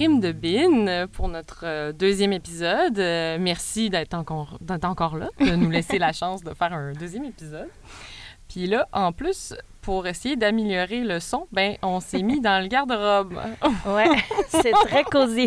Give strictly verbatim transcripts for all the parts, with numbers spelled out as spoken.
Crime de Bin pour notre euh, deuxième épisode. Euh, merci d'être encore, d'être encore là, de nous laisser la chance de faire un deuxième épisode. Puis là, en plus, pour essayer d'améliorer le son, ben on s'est mis dans le garde-robe. Ouais, c'est très cosy.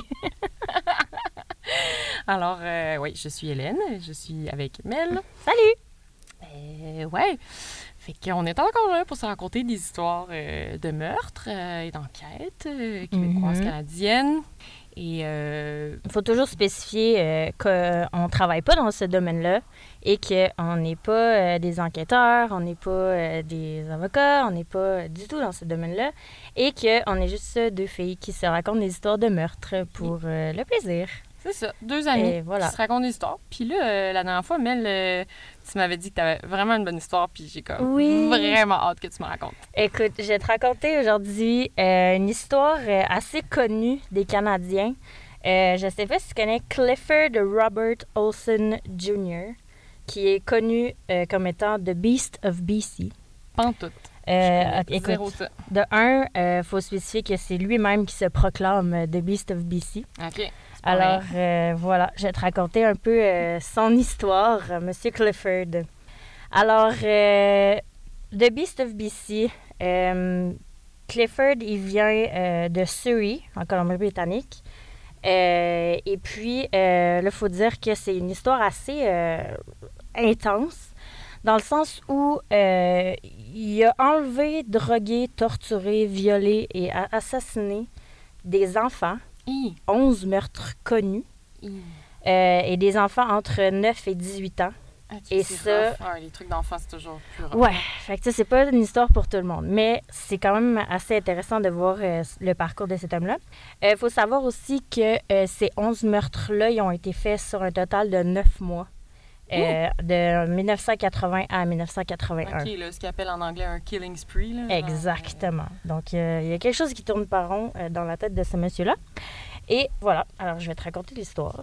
Alors, euh, oui, je suis Hélène, je suis avec Mel. Salut! Euh, ouais, fait qu'on est encore là pour se raconter des histoires euh, de meurtres euh, et d'enquêtes euh, québécoises, Mhm. canadiennes. Et euh, Il faut toujours spécifier euh, qu'on ne travaille pas dans ce domaine-là et qu'on n'est pas euh, des enquêteurs, on n'est pas euh, des avocats, on n'est pas du tout dans ce domaine-là et qu'on est juste deux filles qui se racontent des histoires de meurtre pour euh, le plaisir. c'est ça, deux amis Et voilà. qui se racontent des histoires. Puis là, euh, la dernière fois, Mel, euh, tu m'avais dit que tu avais vraiment une bonne histoire, puis j'ai comme Oui. vraiment hâte que tu me racontes. Écoute, je vais te raconter aujourd'hui euh, une histoire euh, assez connue des Canadiens. Euh, je ne sais pas si tu connais Clifford Robert Olson junior, qui est connu euh, comme étant The Beast of B C. Pantoute. Euh, Je connais écoute, zéro ça. de un, il faut spécifier que c'est lui-même qui se proclame euh, The Beast of B C. OK. c'est pas Alors, vrai. euh, voilà, je vais te raconter un peu euh, son histoire, euh, Monsieur Clifford. Alors, euh, The Beast of B C, euh, Clifford, il vient euh, de Surrey, en Colombie-Britannique. Euh, et puis, euh, là, il faut dire que c'est une histoire assez euh, intense, dans le sens où euh, il a enlevé, drogué, torturé, violé et a- assassiné des enfants, Hi, onze meurtres connus, hi. euh, et des enfants entre neuf et dix-huit ans. OK, Et c'est ça- rough. Ah, les trucs d'enfants, c'est toujours plus rough. Ouais, fait que ça, c'est pas une histoire pour tout le monde, mais c'est quand même assez intéressant de voir euh, le parcours de cet homme-là. Il faut savoir aussi que euh, ces onze meurtres-là, ils ont été faits sur un total de neuf mois, euh, de dix-neuf cent quatre-vingts à dix-neuf cent quatre-vingt-un. OK, là, ce qu'ils appellent en anglais un killing spree. Là, genre, Exactement. Donc, euh, il y a quelque chose qui tourne par rond euh, dans la tête de ce monsieur-là. Et voilà, alors je vais te raconter l'histoire.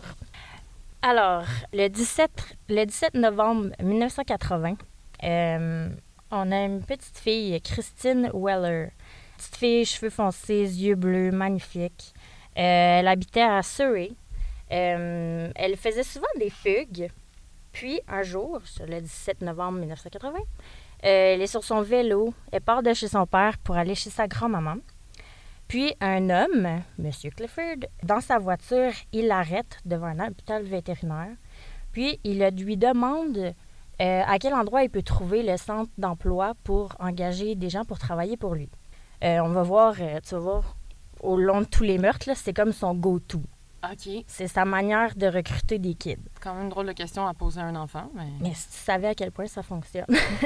Alors, le dix-sept, le dix-sept novembre dix-neuf cent quatre-vingts, euh, on a une petite fille, Christine Weller. Petite fille, cheveux foncés, yeux bleus, magnifique. Euh, elle habitait à Surrey. Euh, elle faisait souvent des fugues. Puis, un jour, sur le dix-sept novembre dix-neuf cent quatre-vingts, euh, elle est sur son vélo. Elle part de chez son père pour aller chez sa grand-maman. Puis, un homme, M. Clifford, dans sa voiture, il l'arrête devant un hôpital vétérinaire. Puis, il lui demande euh, à quel endroit il peut trouver le centre d'emploi pour engager des gens pour travailler pour lui. Euh, on va voir, euh, tu vas voir, au long de tous les meurtres, là, c'est comme son go-to. OK. C'est sa manière de recruter des kids. C'est quand même une drôle de question à poser à un enfant, mais... Mais si tu savais à quel point ça fonctionne.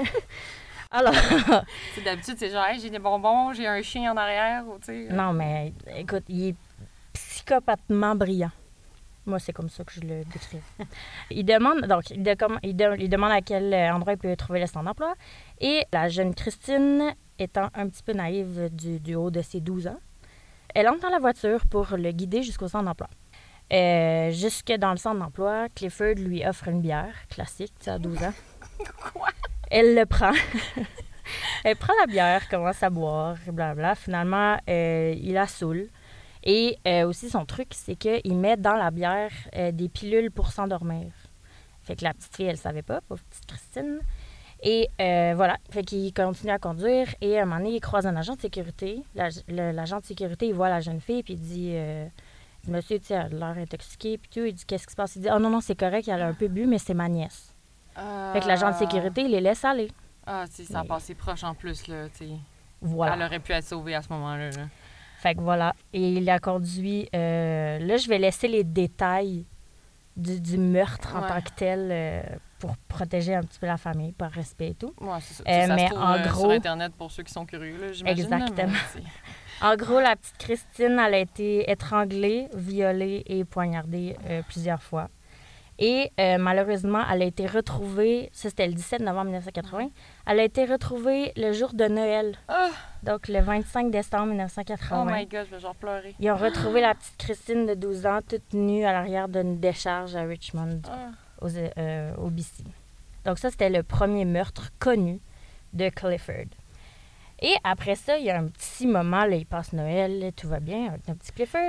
Alors, C'est d'habitude, c'est genre, hey, j'ai des bonbons, j'ai un chien en arrière, ou tu sais... non, mais écoute, il est psychopathiquement brillant. Moi, c'est comme ça que je le décris. Il demande, donc, il, de- comme- il de- il demande à quel endroit il peut trouver le centre d'emploi. Et la jeune Christine, étant un petit peu naïve du, du haut de ses douze ans, elle entre dans la voiture pour le guider jusqu'au centre d'emploi. Euh, jusque dans le centre d'emploi, Clifford lui offre une bière, classique, tu sais, à douze ans. Quoi? Elle le prend. Elle prend la bière, commence à boire, blablabla. Finalement, euh, il la saoule. Et euh, aussi, son truc, c'est qu'il met dans la bière euh, des pilules pour s'endormir. Fait que la petite fille, elle savait pas, pauvre petite Christine. Et euh, voilà, fait qu'il continue à conduire. Et à un moment donné, il croise un agent de sécurité. La- le- L'agent de sécurité, il voit la jeune fille, puis il dit... Euh, il dit, monsieur, tu sais, elle a l'air intoxiquée, puis tout. Il dit, qu'est-ce qui se passe? Il dit, oh non, non, c'est correct, elle a un peu bu, mais c'est ma nièce. Euh... Fait que l'agent de sécurité, il les laisse aller. Ah, tu sais, ça a Mais- passé proche en plus, là, tu sais. Voilà. Elle aurait pu être sauvée à ce moment-là, là. Fait que voilà. Et il a conduit... euh, là, je vais laisser les détails du, du meurtre en Ouais. tant que tel euh, pour protéger un petit peu la famille, par respect et tout. Ouais, c'est ça. Euh, Tu sais, ça mais se trouve, en euh, gros- sur Internet pour ceux qui sont curieux, là, j'imagine. là, mais Exactement. c'est- En gros, la petite Christine, elle a été étranglée, violée et poignardée euh, plusieurs fois. Et euh, malheureusement, elle a été retrouvée, ça c'était le dix-sept novembre dix-neuf cent quatre-vingts, elle a été retrouvée le jour de Noël, Ah! donc le vingt-cinq décembre dix-neuf cent Oh quatre-vingts. my God, je vais genre pleurer. Ils ont retrouvé la petite Christine de douze ans, toute nue à l'arrière d'une décharge à Richmond, Ah. aux, euh, au B C. Donc ça, c'était le premier meurtre connu de Clifford. Et après ça, il y a un petit moment, là, il passe Noël, là, tout va bien avec notre petit Clifford.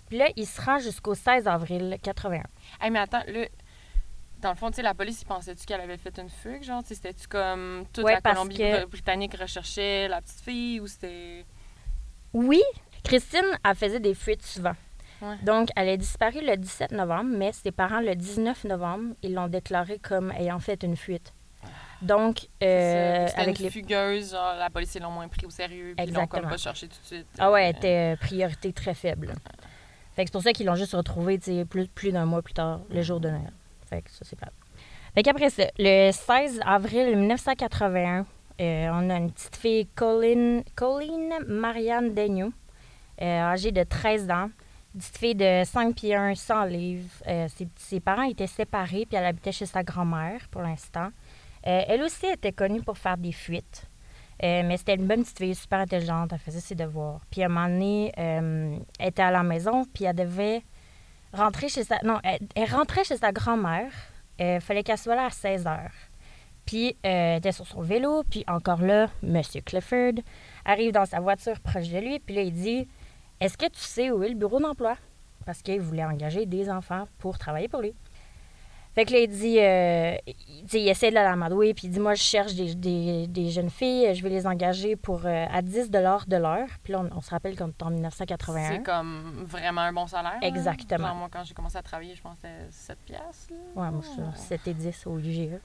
Puis là, il se rend jusqu'au seize avril quatre-vingt-un. Hey, mais attends, là, dans le fond, tu sais, la police, ils pensaient-tu qu'elle avait fait une fugue, genre? Tu sais, c'était-tu comme toute Ouais, la parce Colombie-Britannique que... recherchait la petite fille ou c'était... Oui, Christine, elle faisait des fuites souvent. Ouais. Donc, elle est disparue le dix-sept novembre, mais ses parents, le dix-neuf novembre, ils l'ont déclarée comme ayant fait une fuite. Donc, euh, c'était avec une les... fugueuse, genre, la police, ils l'ont moins pris au sérieux, puis ils l'ont comme pas cherché tout de suite. Ah ouais, elle était priorité très faible. Fait que c'est pour ça qu'ils l'ont juste retrouvée, tu sais, plus, plus d'un mois plus tard, le jour de Noël. Fait que ça, c'est plate. Fait qu'après ça, le seize avril dix-neuf cent quatre-vingt-un, euh, on a une petite fille, Colleen, Colleen Marianne Daigneault, euh, âgée de treize ans, une petite fille de cinq pieds un, cent livres. Euh, ses, ses parents étaient séparés, puis elle habitait chez sa grand-mère pour l'instant. Euh, elle aussi était connue pour faire des fuites. Euh, mais c'était une bonne petite fille, super intelligente, elle faisait ses devoirs. Puis à un moment donné, euh, elle était à la maison, puis elle devait rentrer chez sa... Non, elle, elle rentrait chez sa grand-mère. Il euh, fallait qu'elle soit là à seize heures. Puis euh, elle était sur son vélo, puis encore là, M. Clifford arrive dans sa voiture proche de lui, puis là, il dit « Est-ce que tu sais où est le bureau d'emploi? » Parce qu'il voulait engager des enfants pour travailler pour lui. Fait que là, il dit, euh, il, il essaie de l'amadouer, puis il dit, moi, je cherche des, des, des jeunes filles, je vais les engager pour euh, à dix dollars de l'heure. Puis là, on, on se rappelle qu'on est en dix-neuf cent quatre-vingt-un. C'est comme vraiment un bon salaire. Exactement. Genre, moi, quand j'ai commencé à travailler, je pense que c'était sept piastres. Ouais, moi, je suis sept et dix au U G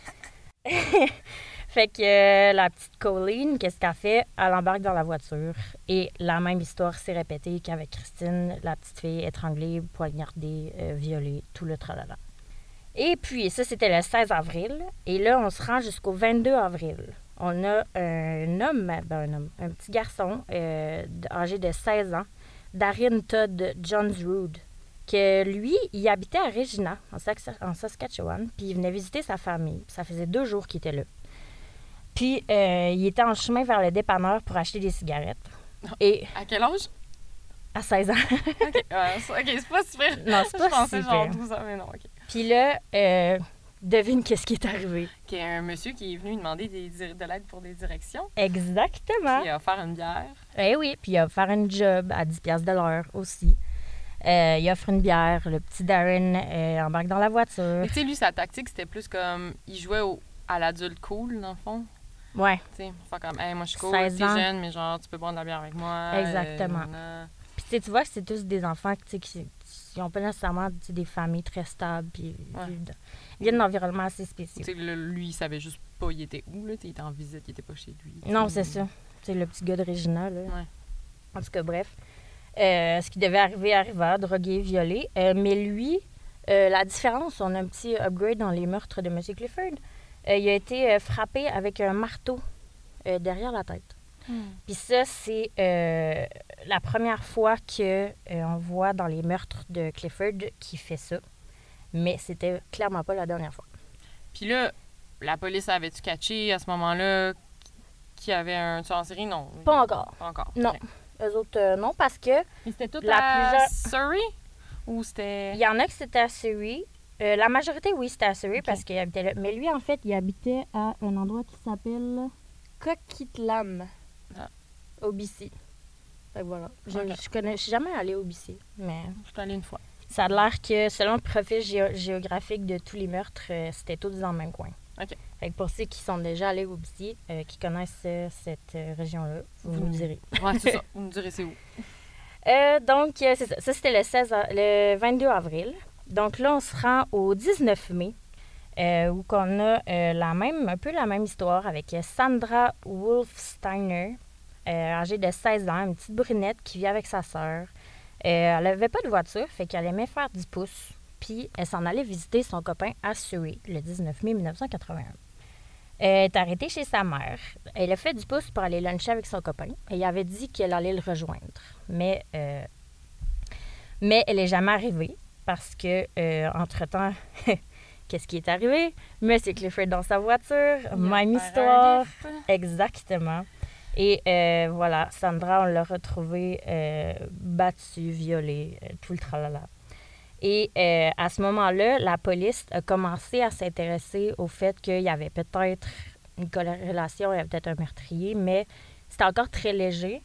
E. Fait que euh, la petite Colleen, qu'est-ce qu'elle fait? Elle embarque dans la voiture. Et la même histoire s'est répétée qu'avec Christine, la petite fille étranglée, poignardée, euh, violée, tout le tralala. Et puis, ça, c'était le seize avril. Et là, on se rend jusqu'au vingt-deux avril. On a un homme, ben un homme, un petit garçon euh, âgé de seize ans, Darren Todd Johnsrud, que lui, il habitait à Regina, en, Sask- en Saskatchewan, puis il venait visiter sa famille. Ça faisait deux jours qu'il était là. Puis, euh, il était en chemin vers le dépanneur pour acheter des cigarettes. Et à quel âge? À seize ans. OK, ouais, c'est, OK, c'est pas super. Non, c'est pas Je pensais super. genre douze ans, mais non, OK. Puis là, euh, devine qu'est-ce qui est arrivé. Qu'il y a un monsieur qui est venu demander des, de l'aide pour des directions. Exactement. Puis il a offert une bière. Eh oui, puis il a offert un job à dix piastres de l'heure aussi. Euh, il offre une bière. Le petit Darren euh, embarque dans la voiture. Mais tu sais, lui, sa tactique, c'était plus comme... Il jouait au, à l'adulte cool, dans le fond. Ouais. Tu sais, faire comme, hey, moi, je suis cool, seize t'es ans. jeune, mais genre, tu peux boire de la bière avec moi. Exactement. Euh, Puis tu sais, tu vois que c'est tous des enfants qui, qui, qui ont pas nécessairement des familles très stables. Puis Ouais. ils viennent d'environnements assez spéciaux. Tu sais, le- lui, il savait juste pas il était où, là. Il était en visite, il était pas chez lui. Non, t'sais. c'est ça. C'est le petit gars de Regina, là. Ouais. En tout cas, bref. Euh, ce qui devait arriver arriva, drogué, violé. Euh, mais lui, euh, la différence, on a un petit upgrade dans les meurtres de M. Clifford. Euh, il a été euh, frappé avec un marteau euh, derrière la tête. Hmm. Puis ça, c'est euh, la première fois que euh, on voit dans les meurtres de Clifford qu'il fait ça. Mais c'était clairement pas la dernière fois. Puis là, la police avait-tu catché à ce moment-là qu'il y avait un tueur en série? Non. Pas encore. Pas encore. Non. Ok. Eux autres, euh, non, parce que Mais c'était tout La à plus Surrey? Ou c'était... il y en a que c'était à Surrey. Euh, la majorité, oui, c'était à Surrey Ok. parce qu'il habitait là. Mais lui, en fait, il habitait à un endroit qui s'appelle Coquitlam, Ah. au B C. Fait que voilà. Je, Ok. je connais, je suis jamais allée au B C, mais Je suis allée une fois. ça a l'air que, selon le profil gé- géographique de tous les meurtres, euh, c'était tous dans le même coin. OK. Fait que pour ceux qui sont déjà allés au B C, euh, qui connaissent euh, cette euh, région-là, vous Vous- nous direz. Ouais, c'est ça. Vous me direz c'est où. Euh, donc, euh, c'est ça. Ça, c'était le, seize a- le vingt-deux avril. Donc là, on se rend au dix-neuf mai, euh, où on a euh, la même, un peu la même histoire avec euh, Sandra Wolfsteiner, euh, âgée de seize ans, une petite brunette qui vit avec sa sœur. Euh, elle n'avait pas de voiture, fait qu'elle aimait faire du pouce. Puis elle s'en allait visiter son copain à Surrey, le dix-neuf mai dix-neuf cent quatre-vingt-un. Elle est arrêtée chez sa mère. Elle a fait du pouce pour aller luncher avec son copain. Et il avait dit qu'elle allait le rejoindre. Mais, euh, mais elle n'est jamais arrivée parce que, euh, entre-temps, qu'est-ce qui est arrivé? Monsieur Clifford dans sa voiture, même Il a fait un histoire. lift. Exactement. Et euh, voilà, Sandra, on l'a retrouvée euh, battue, violée, euh, tout le tralala. Et euh, à ce moment-là, la police a commencé à s'intéresser au fait qu'il y avait peut-être une corrélation, il y avait peut-être un meurtrier, mais c'était encore très léger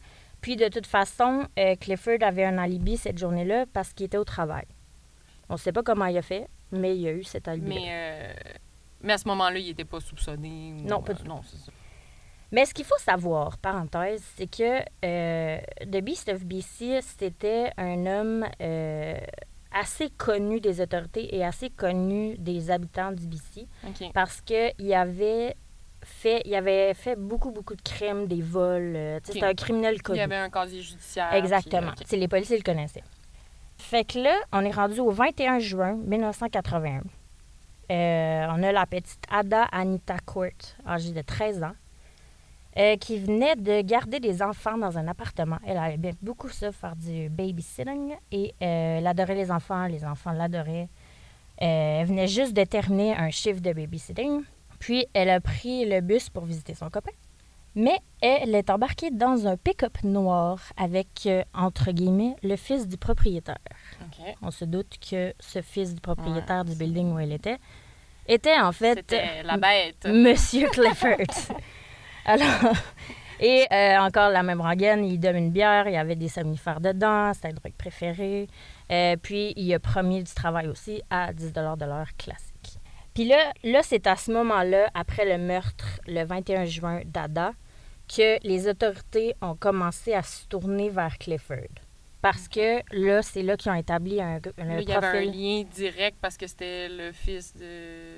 Puis, de toute façon, euh, Clifford avait un alibi cette journée-là parce qu'il était au travail. On ne sait pas comment il a fait, mais il y a eu cet alibi. Mais, euh, mais à ce moment-là, il n'était pas soupçonné? Ou, non, pas euh, du tout. Non, c'est ça. Mais ce qu'il faut savoir, parenthèse, c'est que euh, The Beast of B C, c'était un homme euh, assez connu des autorités et assez connu des habitants du B C. Okay. Parce qu'il avait fait, il avait fait beaucoup, beaucoup de crimes, des vols. Euh, okay. C'était un criminel connu. Il y avait un casier judiciaire. Exactement. Puis, okay. Les policiers le connaissaient. Fait que là, on est rendu au vingt et un juin mille neuf cent quatre-vingt-un. Euh, on a la petite Ada Anita Court, âgée de treize ans, euh, qui venait de garder des enfants dans un appartement. Elle aimait beaucoup ça, faire du babysitting, et euh, elle adorait les enfants, les enfants l'adoraient. Euh, elle venait juste de terminer un chiffre de babysitting, puis elle a pris le bus pour visiter son copain. Mais elle est embarquée dans un pick-up noir avec, euh, entre guillemets, le fils du propriétaire. Okay. On se doute que ce fils du propriétaire ouais, du building où elle était était en fait... C'était la bête. Monsieur Clifford. Alors, et euh, encore la même rengaine, il donne une bière, il y avait des somnifères dedans, c'était le truc préféré. Euh, puis, il a promis du travail aussi à dix dollars de l'heure classique. Puis là, là, c'est à ce moment-là, après le meurtre, le vingt et un juin d'Ada, que les autorités ont commencé à se tourner vers Clifford. Parce que là, c'est là qu'ils ont établi un, un là, profil... Il y avait un lien direct parce que c'était le fils de...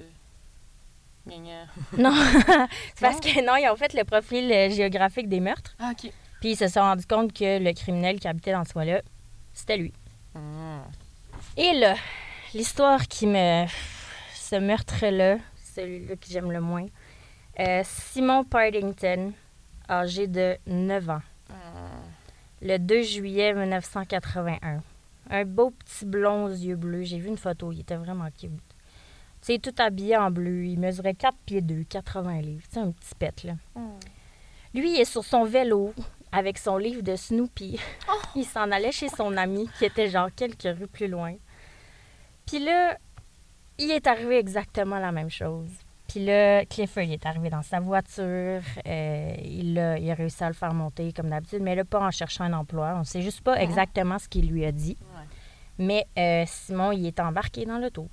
non, c'est parce que non, ils ont fait le profil géographique des meurtres. Ah, OK. Puis ils se sont rendus compte que le criminel qui habitait dans ce coin-là, c'était lui. Mm. Et là, l'histoire qui me... Ce meurtre-là, celui-là que j'aime le moins, euh, Simon Partington, âgé de neuf ans, mm. le deux juillet mille neuf cent quatre-vingt-un. Un beau petit blond aux yeux bleus. J'ai vu une photo, il était vraiment cute. Tu sais, tout habillé en bleu. Il mesurait quatre pieds deux, quatre-vingts livres. Tu sais, un petit pet, là. Mm. Lui, il est sur son vélo avec son livre de Snoopy. Oh! Il s'en allait chez son ami qui était genre quelques rues plus loin. Puis là, il est arrivé exactement la même chose. Puis là, Clifford, il est arrivé dans sa voiture. Euh, il, a, il a réussi à le faire monter comme d'habitude, mais là, pas en cherchant un emploi. On ne sait juste pas exactement ce qu'il lui a dit. Ouais. Mais euh, Simon, il est embarqué dans l'auto.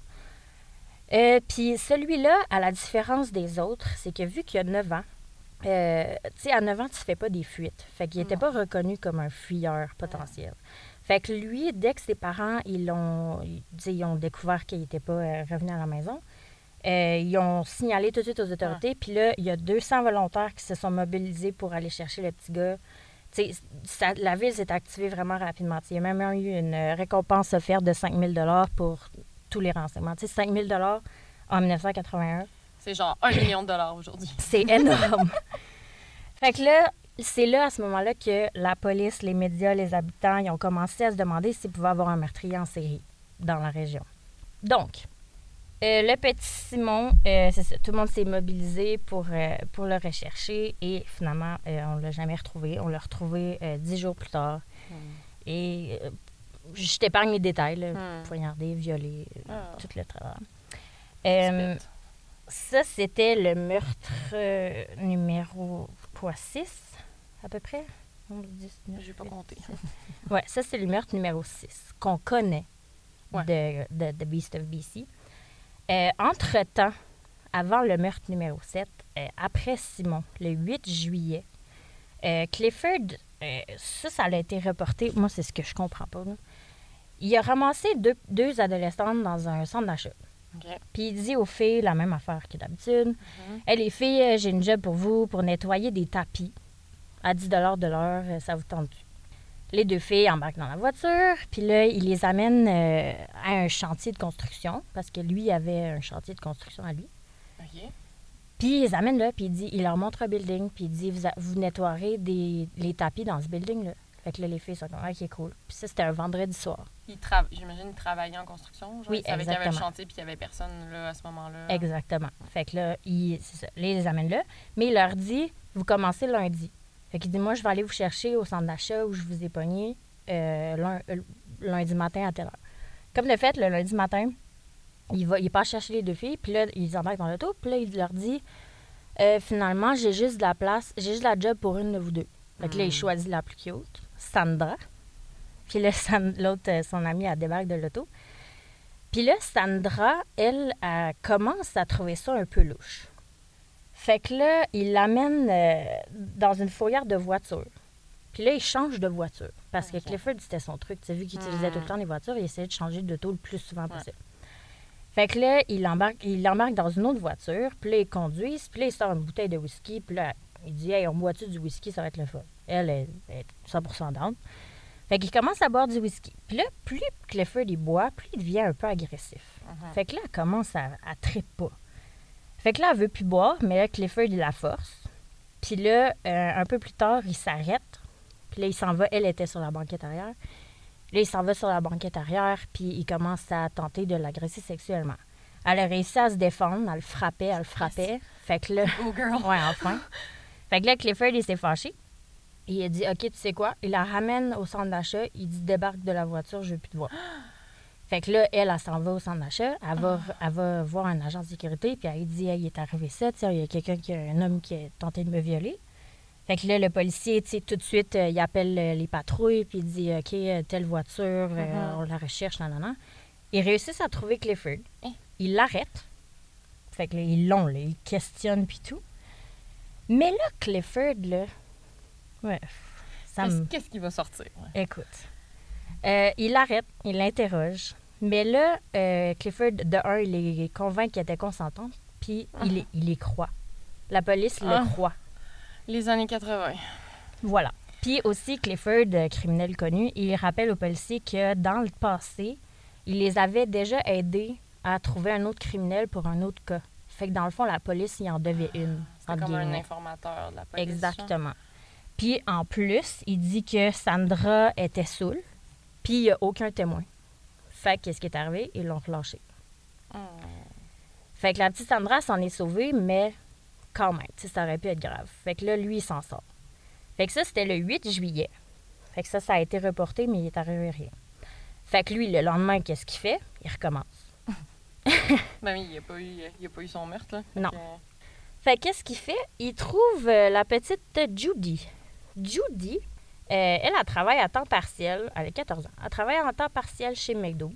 Euh, puis celui-là, à la différence des autres, c'est que vu qu'il a neuf ans, euh, tu sais, à neuf ans, tu fais pas des fuites. Fait qu'il n'était pas reconnu comme un fuyeur potentiel. Fait que lui, dès que ses parents, ils l'ont, ils ont découvert qu'il n'était pas euh, revenu à la maison, euh, ils ont signalé tout de suite aux autorités. Puis là, il y a deux cents volontaires qui se sont mobilisés pour aller chercher le petit gars. Tu sais, la ville s'est activée vraiment rapidement. T'sais, il y a même eu une récompense offerte de cinq mille dollars pour tous les renseignements. Tu sais, cinq mille dollars en dix-neuf cent quatre-vingt-un. C'est genre un million de dollars aujourd'hui. C'est énorme. Fait que là, c'est là, à ce moment-là, que la police, les médias, les habitants, ils ont commencé à se demander s'ils pouvaient avoir un meurtrier en série dans la région. Donc, euh, le petit Simon, euh, c'est ça, tout le monde s'est mobilisé pour, euh, pour le rechercher et finalement, euh, on ne l'a jamais retrouvé. On l'a retrouvé euh, dix jours plus tard. Mm. Et... Euh, je t'épargne les détails, là, hmm. poignardé, violé, oh. tout le travail. Euh, ça, c'était le meurtre euh, numéro quoi, six, à peu près? Je n'ai pas compté. Oui, ça, c'est le meurtre numéro six qu'on connaît ouais. de, de, de Beast of B C. Euh, entre-temps, avant le meurtre numéro sept, euh, après Simon, le huit juillet, euh, Clifford... Euh, ça, ça a été reporté. Moi, c'est ce que je comprends pas. Là. Il a ramassé deux, deux adolescentes dans un centre d'achat. Okay. Puis il dit aux filles la même affaire que d'habitude. Mm-hmm. Hey, les filles, j'ai une job pour vous pour nettoyer des tapis à dix dollars de l'heure. Ça vous tente? Les deux filles embarquent dans la voiture. Puis là, il les amène euh, à un chantier de construction parce que lui avait un chantier de construction à lui. Okay. Puis ils les amènent là, puis il dit, il leur montre un building, puis il dit, vous, a, vous nettoierez des, les tapis dans ce building-là. Fait que là, les filles sont comme, ah, qui est cool. Puis ça, c'était un vendredi soir. Ils tra- J'imagine qu'ils travaillaient en construction, genre, oui, ils savaient exactement. qu'il y avait un chantier, puis qu'il n'y avait personne là, à ce moment-là. Exactement. Fait que là, il, c'est ça, ils les amènent là, mais il leur dit, vous commencez lundi. Fait qu'il dit, moi, je vais aller vous chercher au centre d'achat où je vous ai pogné euh, lundi, euh, lundi matin à telle heure. Comme de fait, le lundi matin, il, va, il passe chercher les deux filles, puis là, ils embarquent dans l'auto, puis là, il leur dit, euh, finalement, j'ai juste de la place, j'ai juste de la job pour une de vous deux. Fait que là, il choisit la plus cute, Sandra. Puis là, San- l'autre, euh, son amie, elle débarque de l'auto. Puis là, Sandra, elle, elle commence à trouver ça un peu louche. Fait que là, il l'amène euh, dans une fourrière de voiture. Puis là, il change de voiture. Parce que Ok. Clifford, c'était son truc. Tu sais, vu qu'il utilisait Mm. tout le temps les voitures, il essayait de changer d'auto le plus souvent Ouais. possible. Fait que là, il l'embarque, il l'embarque dans une autre voiture. Puis là, ils conduisent. Puis là, il sort une bouteille de whisky. Puis là, il dit « Hey, on boit-tu du whisky? Ça va être le fun. » Elle est, elle est cent pour cent down. Fait qu'il commence à boire du whisky. Puis là, plus Clifford il boit, plus il devient un peu agressif. Mhm. Fait que là, elle commence à, à trip pas. Fait que là, elle veut plus boire, mais là, Clifford, il la force. Puis là, euh, un peu plus tard, il s'arrête. Puis là, il s'en va. Elle était sur la banquette arrière. Là, il s'en va sur la banquette arrière, puis il commence à tenter de l'agresser sexuellement. Elle a réussi à se défendre. Elle le frappait, elle le frappait. Fait que là... Oh, girl! Ouais, enfin. Fait que là, Clifford, il s'est fâché. Il a dit, OK, tu sais quoi? Il la ramène au centre d'achat. Il dit, débarque de la voiture, je veux plus te voir. Fait que là, elle, elle s'en va au centre d'achat. Elle va, elle va voir un agent de sécurité. Puis elle dit, hey, il est arrivé ça. Tiens, il y a quelqu'un, qui a, un homme qui a tenté de me violer. Fait que là, le policier, tu sais, tout de suite, euh, il appelle euh, les patrouilles. Puis il dit, OK, euh, telle voiture, euh, Mhm. on la recherche, non, non, non. Ils réussissent à trouver Clifford. Hein? Ils l'arrêtent. Fait que là, ils l'ont, là. Ils questionnent, puis tout. Mais là, Clifford, là... Ouais, ça Qu'est-ce me... qu'est-ce qui va sortir? Ouais. Écoute, euh, il l'arrête, il l'interroge. Mais là, euh, Clifford, de un, il est convaincu qu'elle était consentante, puis il, est- il y croit. La police le Ah. croit. Les années quatre-vingt. Voilà. Puis aussi, Clifford, euh, criminel connu, il rappelle aux policiers que dans le passé, il les avait déjà aidés à trouver un autre criminel pour un autre cas. Fait que dans le fond, la police, il en devait une. C'était entre comme un guillemets. informateur de la police. Exactement. Puis en plus, il dit que Sandra était saoule, puis il n'y a aucun témoin. Fait que qu'est-ce qui est arrivé? Ils l'ont relâché. genre. Hmm. Fait que la petite Sandra s'en est sauvée, mais quand même, tu sais, ça aurait pu être grave. Fait que là, lui, il s'en sort. Fait que ça, c'était le huit juillet. Fait que ça, ça a été reporté, mais il est arrivé rien. Fait que lui, le lendemain, qu'est-ce qu'il fait? Il recommence. Ben oui, il n'y a, pas eu- il y a pas eu son meurtre, là. Fait Non. que- Fait que qu'est-ce qu'il fait? Il trouve euh, la petite Judy. Judy, euh, elle, elle travaille à temps partiel, elle a quatorze ans. Elle travaille en temps partiel chez McDo.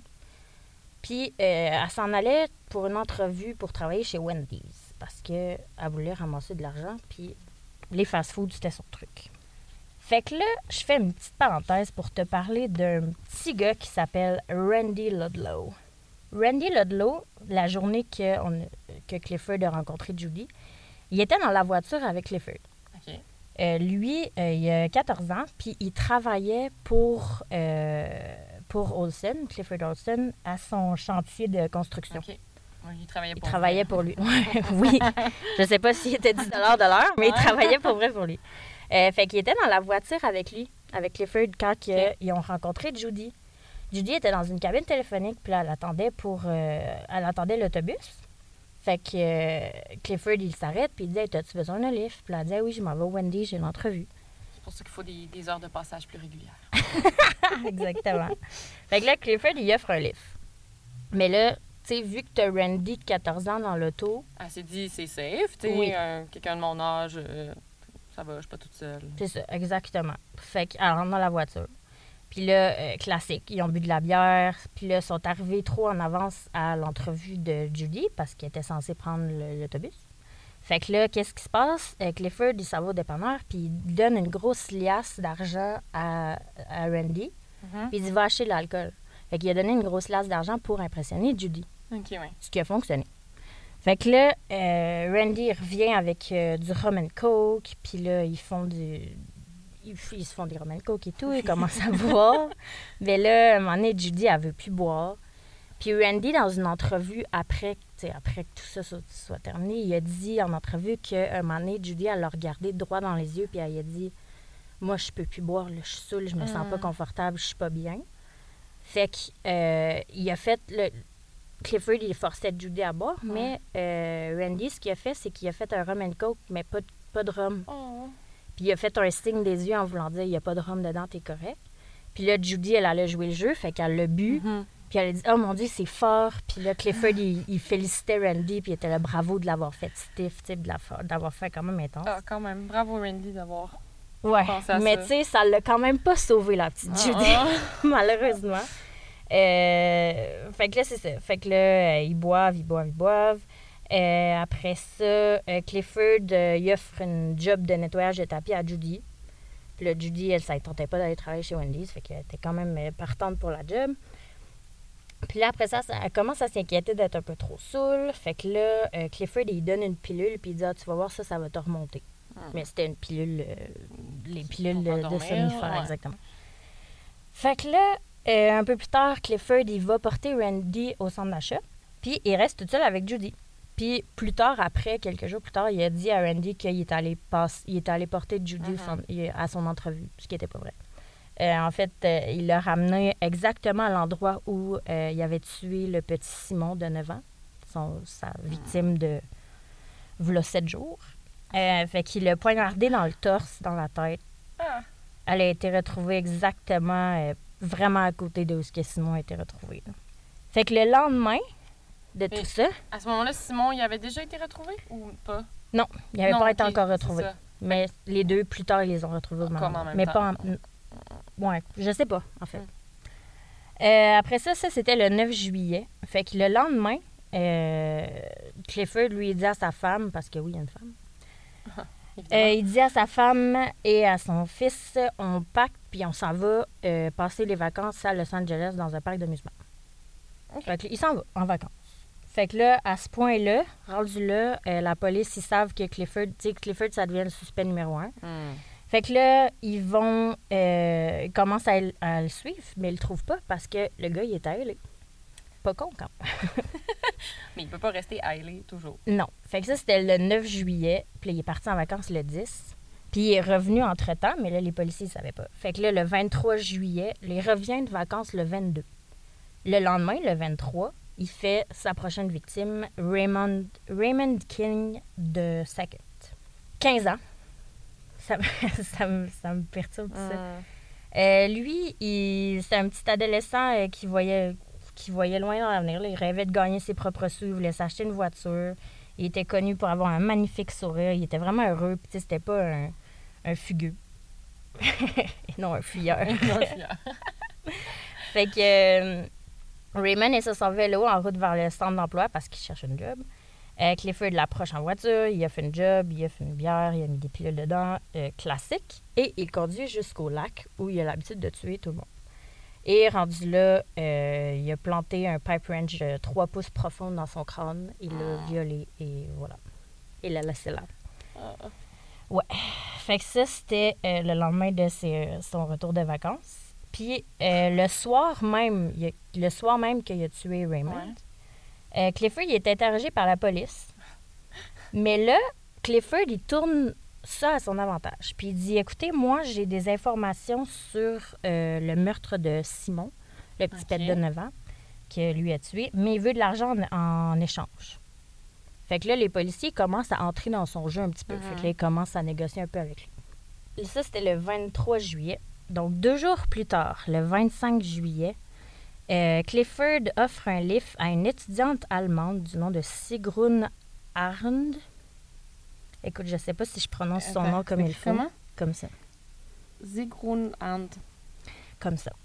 Puis, euh, elle s'en allait pour une entrevue pour travailler chez Wendy's parce qu'elle voulait ramasser de l'argent. Puis, les fast-foods, c'était son truc. Fait que là, je fais une petite parenthèse pour te parler d'un petit gars qui s'appelle Randy Ludlow. Randy Ludlow, la journée que, on, que Clifford a rencontré Judy, il était dans la voiture avec Clifford. OK. Euh, lui, euh, il a quatorze ans, puis il travaillait pour, euh, pour Olsen, Clifford Olsen, à son chantier de construction. OK. Oui, il travaillait Il pour travaillait vrai. pour lui. Oui. Je sais pas s'il était dix dollars de l'heure, mais il Ouais. travaillait pour vrai pour lui. Euh, fait qu'il était dans la voiture avec lui, avec Clifford, quand que, Ok. ils ont rencontré Judy. Judy était dans une cabine téléphonique, puis là, elle attendait pour... euh, elle attendait l'autobus. Fait que euh, Clifford, il s'arrête, puis il dit hey, « T'as-tu besoin d'un lift? » Puis elle dit hey, « Oui, je m'en vais au Wendy, j'ai une entrevue. C'est pour ça qu'il faut des, des heures de passage plus régulières. » Exactement. Fait que là, Clifford, il offre un lift. Mais là, tu sais, vu que t'as Randy de quatorze ans dans l'auto, Elle s'est dit, c'est safe, tu sais, Oui. euh, quelqu'un de mon âge, euh, ça va, je suis pas toute seule. c'est ça, exactement. Fait qu'elle rentre dans la voiture. Puis là, euh, classique, ils ont bu de la bière. Puis là, ils sont arrivés trop en avance à l'entrevue de Judy parce qu'ils étaient censés prendre le- l'autobus. Fait que là, qu'est-ce qui se passe? Euh, Clifford, il s'en va au dépanneur, puis il donne une grosse liasse d'argent à, à Randy. Mhm. Puis il dit, va acheter de l'alcool. Fait qu'il a donné une grosse liasse d'argent pour impressionner Judy. OK, oui. Ce qui a fonctionné. Fait que là, euh, Randy il revient avec euh, du rum and coke, puis là, ils font du... Ils, f- ils se font des rum and coke et tout, ils commencent à boire. Mais là, à un moment donné, Judy, elle veut plus boire. Puis Randy, dans une entrevue, après, tu sais, après que tout ça soit, soit terminé, il a dit en entrevue qu'à un moment donné, Judy, elle l'a regardé droit dans les yeux, puis elle a dit « Moi, je peux plus boire, là, je suis saoule, je me sens Mm. pas confortable, je suis pas bien. » Fait qu'il a fait... Le, Clifford, il forçait Judy à boire, Ouais. mais euh, Randy, ce qu'il a fait, c'est qu'il a fait un rum and coke, mais pas de, pas de rhum. Oh. Puis il a fait un signe des yeux en voulant dire « Il n'y a pas de rhum dedans, t'es correct. » Puis là, Judy, elle allait jouer le jeu, fait qu'elle l'a bu. Mhm. Puis elle a dit « Oh mon Dieu, c'est fort. » Puis là, Clifford, il, il félicitait Randy, puis il était là « Bravo de l'avoir fait stiff, tu sais, de la fa- d'avoir fait quand même intense. Ah, quand même. Bravo, Randy, d'avoir Ouais, penser à mais ça. tu sais, ça l'a quand même pas sauvé, la petite Ah, Judy, ah. malheureusement. Euh, fait que là, c'est ça. Fait que là, euh, ils boivent, ils boivent, ils boivent. Euh, après ça, euh, Clifford, euh, il offre une job de nettoyage de tapis à Judy. Puis là, Judy, elle, ça ne tentait pas d'aller travailler chez Wendy's. Fait qu'elle était quand même euh, partante pour la job. Puis là, après ça, ça elle commence à s'inquiéter d'être un peu trop saoule. Fait que là, euh, Clifford, il donne une pilule. Puis il dit, ah, tu vas voir, ça, ça va te remonter. Hmm. Mais c'était une pilule, euh, les pilules Pour de, de endormir, somnifères, ouais. exactement. Fait que là, euh, un peu plus tard, Clifford, il va porter Randy au centre d'achat. Puis il reste tout seul avec Judy. Puis plus tard, après, quelques jours plus tard, il a dit à Randy qu'il est allé, passe, il est allé porter Judy Mhm. son- il- à son entrevue, ce qui n'était pas vrai. Euh, en fait, euh, il l'a ramené exactement à l'endroit où euh, il avait tué le petit Simon de neuf ans, son, sa victime de v'là sept jours. Euh, fait qu'il l'a poignardé dans le torse, dans la tête. Ah. Elle a été retrouvée exactement, euh, vraiment à côté de où ce que Simon a été retrouvé. là. Fait que le lendemain de Mais- tout ça, À ce moment-là, Simon, il avait déjà été retrouvé ou pas? il n'avait Non, pas été ok, encore c'est retrouvé. ça. Mais les deux, plus tard, ils les ont retrouvés au même Comme en endroit. même Mais temps. pas en... Ouais, je sais pas, en fait. Mm. Euh, après ça, ça, c'était le neuf juillet. Fait que le lendemain, euh, Clifford lui dit à sa femme, parce que oui, il y a une femme, Évidemment. Euh, il dit à sa femme et à son fils, on pacte puis on s'en va euh, passer les vacances à Los Angeles dans un parc d'amusement. Ok. Fait que, il s'en va en vacances. Fait que là, à ce point-là, rendu là, euh, la police, ils savent que Clifford, tu sais, Clifford, ça devient le suspect numéro un. Hmm. Fait que là, ils vont, euh, ils commencent à, à le suivre, mais ils le trouvent pas parce que le gars, il est à L A. Pas con, quand même. Mais il peut pas rester Hailey toujours. Non. Fait que ça, c'était le neuf juillet. Puis là, il est parti en vacances le dix. Puis il est revenu entre-temps, mais là, les policiers ne savaient pas. Fait que là, le vingt-trois juillet, il revient de vacances le vingt-deux. Le lendemain, le vingt-trois, il fait sa prochaine victime, Raymond, Raymond King de Sackett. quinze ans. Ça, me- ça, me, ça me perturbe, tout ça. Hmm. Euh, lui, il, c'est un petit adolescent euh, qui voyait qui voyait loin dans l'avenir. là. Il rêvait de gagner ses propres sous, il voulait s'acheter une voiture. Il était connu pour avoir un magnifique sourire. Il était vraiment heureux. Puis, tu sais, c'était pas un, un fugueux. non, un fuyeur. Fait que euh, Raymond est sur son vélo en route vers le centre d'emploi parce qu'il cherche une job. Euh, Clifford l'approche en voiture, il a fait une job, il a fait une bière, il a mis des pilules dedans, euh, classique. Et il conduit jusqu'au lac où il a l'habitude de tuer tout le monde. Et rendu là, euh, il a planté un pipe wrench de trois pouces profond dans son crâne. Il l'a violé et voilà. Il l'a laissé là. Ah. Fait que ça, c'était euh, le lendemain de ses- son retour de vacances. Puis euh, le soir même, il a- le soir même qu'il a tué Raymond, Ouais. euh, Clifford il est interrogé par la police. Mais là, Clifford, il tourne ça à son avantage. Puis il dit, écoutez, moi, j'ai des informations sur euh, le meurtre de Simon, le petit Ok. pet de neuf ans, que lui a tué, mais il veut de l'argent en, en échange. Fait que là, les policiers commencent à entrer dans son jeu un petit peu. Mhm. Fait que là, ils commencent à négocier un peu avec lui. Et ça, c'était le vingt-trois juillet. Donc, deux jours plus tard, le vingt-cinq juillet, euh, Clifford offre un lift à une étudiante allemande du nom de Sigrun Arnd. Écoute, je sais pas si je prononce son Attends, nom comme il faut. comment? Comme ça. Sigrun and. Comme ça.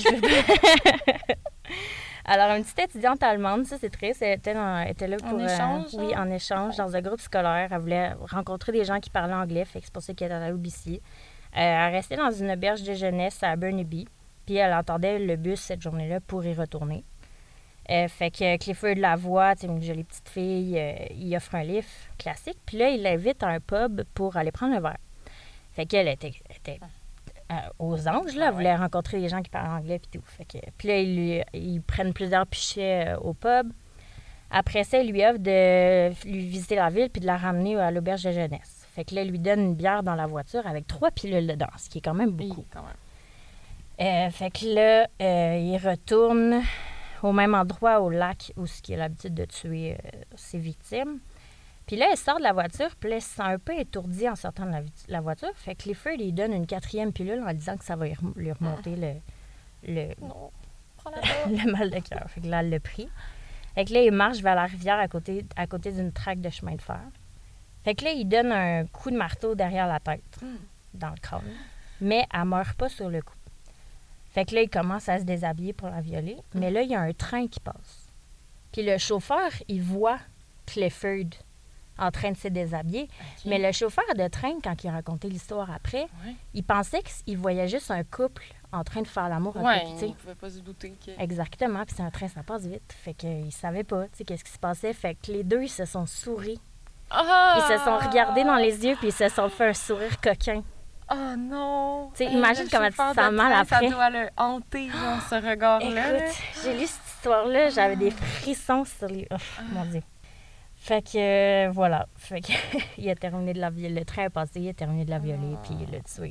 Je- Alors, une petite étudiante allemande, ça c'est triste, elle était, dans- elle était là En pour... échange, oui, hein? en échange, dans un groupe scolaire. Elle voulait rencontrer des gens qui parlaient anglais, fait que c'est pour ça qu'elle était allée au B C. Euh, elle restait dans une auberge de jeunesse à Burnaby, puis elle entendait le bus cette journée-là pour y retourner. Euh, fait que Clifford la voit, c'est une jolie petite fille, euh, il offre un lift classique, puis là, il l'invite à un pub pour aller prendre un verre. Fait qu'elle était, était euh, aux anges, là, elle Ah ouais. voulait rencontrer des gens qui parlent anglais, puis tout. Fait que, puis là, ils, lui- ils prennent plusieurs pichets euh, au pub. Après ça, il lui offre de lui visiter la ville puis de la ramener à l'auberge de jeunesse. Fait que là, il lui donne une bière dans la voiture avec trois pilules dedans, ce qui est quand même beaucoup. Oui, quand même. Euh, fait que là, euh, il retourne au même endroit, au lac, où il a l'habitude de tuer euh, ses victimes. Puis là, il sort de la voiture, puis là, il se sent un peu étourdi en sortant de la, vi- la voiture. Fait que Clifford, il donne une quatrième pilule en disant que ça va lui rem- lui remonter le, le, Non, prends la peur. le mal de cœur. Fait que là, elle l'a pris. Fait que là, il marche vers la rivière à côté, à côté d'une traque de chemin de fer. Fait que là, il donne un coup de marteau derrière la tête. Hmm. dans le crâne, mais elle meurt pas sur le coup. Fait que là, il commence à se déshabiller pour la violer, mais là, il y a un train qui passe. Puis le chauffeur, il voit Clifford en train de se déshabiller, Okay. mais le chauffeur de train, quand il racontait l'histoire après, Ouais. il pensait qu'il voyait juste un couple en train de faire l'amour à Ouais, côté, tu sais. il pouvait pas se douter que... Exactement, puis c'est un train, ça passe vite. Fait qu'il savait pas, tu sais, qu'est-ce qui se passait. Fait que les deux, ils se sont souris. Ah! Ils se sont regardés dans les yeux, puis ils se sont fait un sourire coquin. Oh non! Tu sais, imagine le comment tu te chauffeur sens de mal train, après. Ça doit le hanter, genre, ce regard-là. Écoute, j'ai lu cette histoire-là, j'avais des frissons sur les... Oh, mon Dieu. Fait que, euh, voilà. Fait que, il a terminé de la violer. Le train a passé, il a terminé de la violer, Ah. puis il l'a tué.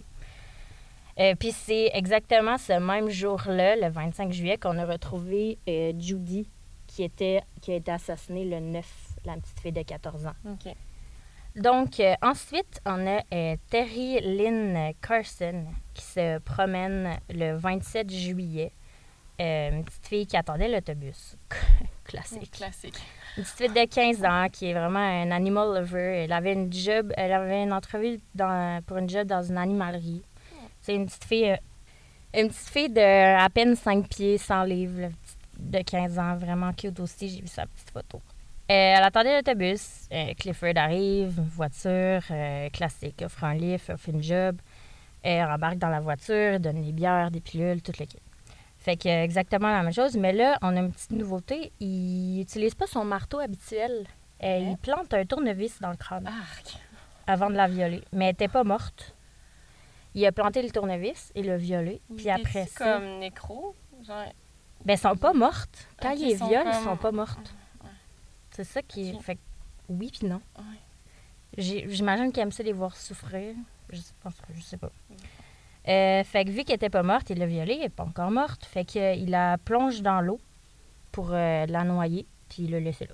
Euh, puis c'est exactement ce même jour-là, le vingt-cinq juillet, qu'on a retrouvé euh, Judy, qui, était, qui a été assassinée le neuf, la petite fille de quatorze ans. OK. Donc, euh, ensuite, on a euh, Terry Lynn Carson qui se promène le vingt-sept juillet. Euh, une petite fille qui attendait l'autobus. Classique. Classique. Une petite fille de quinze ans qui est vraiment un animal lover. Elle avait une job, elle avait une entrevue dans, pour une job dans une animalerie. C'est une petite fille, euh, une petite fille de à peine cinq pieds, cent livres, là, de quinze ans, vraiment cute aussi. J'ai vu sa petite photo. Euh, elle attendait l'autobus. Euh, Clifford arrive, voiture, euh, classique, offre un lift, offre une job. Elle embarque dans la voiture, donne des bières, des pilules, tout le kit. Fait que euh, exactement la même chose. Mais là, on a une petite nouveauté. Il n'utilise pas son marteau habituel. Euh, Ouais. Il plante un tournevis dans le crâne Arc. avant de la violer. Mais elle n'était pas morte. Il a planté le tournevis et l'a violée. Puis après Était-tu ça... comme nécro? Genre... Ben, elles sont pas mortes. Quand Ok, il les sont viole, comme- elles sont pas mortes. Ouais. C'est ça qui est... Ok. Fait que oui puis non. Ouais. J'ai- J'imagine qu'il aime ça les voir souffrir. Je sais pas. Je sais pas. Euh, fait que vu qu'elle était pas morte, il l'a violée. Elle n'est pas encore morte. Fait qu'il la plonge dans l'eau pour euh, la noyer. Puis il l'a laissée là.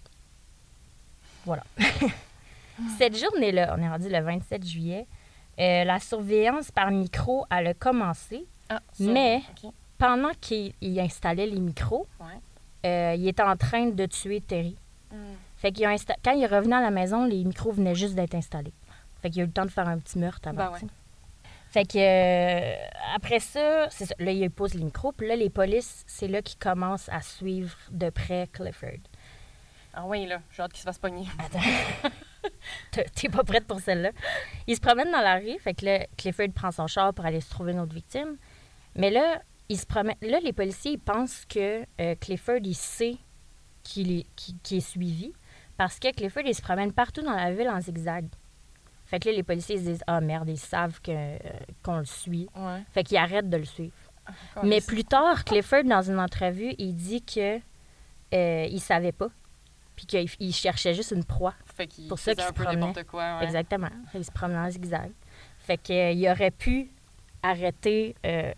Voilà. Cette journée-là, on est rendu le vingt-sept juillet, euh, la surveillance par micro, elle a commencé. Ah, ça, Mais- OK. Pendant qu'il il installait les micros, Ouais. euh, il était en train de tuer Terry. Hmm. Fait qu'il a insta- quand il est revenu à la maison, les micros venaient juste d'être installés. Fait qu'il a eu le temps de faire un petit meurtre avant. Ben ouais. tu sais. Fait que euh, après ça, c'est ça. Là, il pose les micros. Puis là, les polices, c'est là qu'ils commencent à suivre de près Clifford. Ah oui, là, j'ai hâte qu'il se fasse pogner. Attends. T'es- T'es pas prête pour celle-là. Il se promène dans la rue. Fait que là, Clifford prend son char pour aller se trouver une autre victime. Mais là, il se promène. Là, les policiers, ils pensent que euh, Clifford, il sait qu'il est, qu'il- qu'il est suivi. Parce que Clifford, il se promène partout dans la ville en zigzag. Fait que là, les policiers ils se disent « Ah, merde, ils savent que, euh, qu'on le suit. Ouais. » Fait qu'ils arrêtent de le suivre. Ah, Mais c'est- plus tard, Clifford, dans une entrevue, il dit que euh, il savait pas. Puis qu'il il cherchait juste une proie. Fait qu'il pour ça faisait qu'il un se peu promenait. n'importe quoi, ouais. Exactement. Il se promenait en zigzag. Fait qu'il aurait pu arrêter, euh,